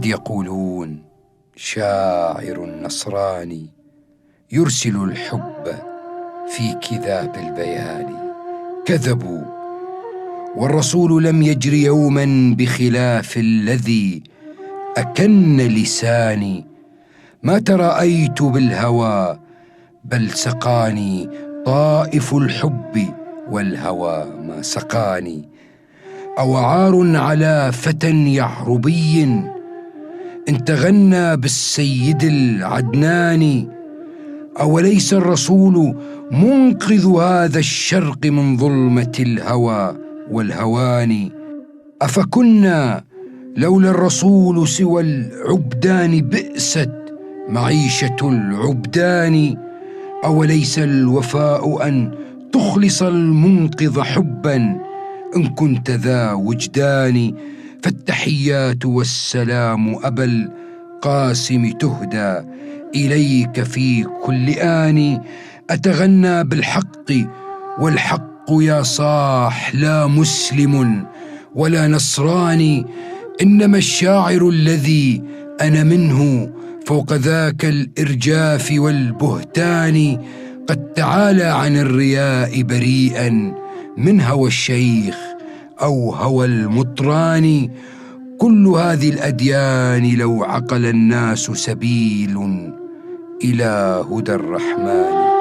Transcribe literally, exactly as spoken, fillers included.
قد يقولون شاعر نصراني يرسل الحب في كذاب البيان. كذبوا، والرسول لم يجر يوما بخلاف الذي أكن لساني. ما ترأيت بالهوى بل سقاني طائف الحب، والهوى ما سقاني. أو عار على فتى يعربي إن تغنى بالسيد العدنان. أوليس الرسول منقذ هذا الشرق من ظلمة الهوى والهوان؟ أفكنا لولا الرسول سوى العبدان بئست معيشة العبدان. أوليس الوفاء أن تخلص المنقذ حبا إن كنت ذا وجدان؟ فالتحيات والسلام أبا القاسم تهدى إليك في كل آن. أتغنى بالحق والحق يا صاح لا مسلم ولا نصراني. إنما الشاعر الذي أنا منه فوق ذاك الإرجاف والبهتان قد تعالى عن الرياء بريئا من هوى الشيخ أو هوى المطران. كل هذه الأديان لو عقل الناس سبيل إلى هدى الرحمن.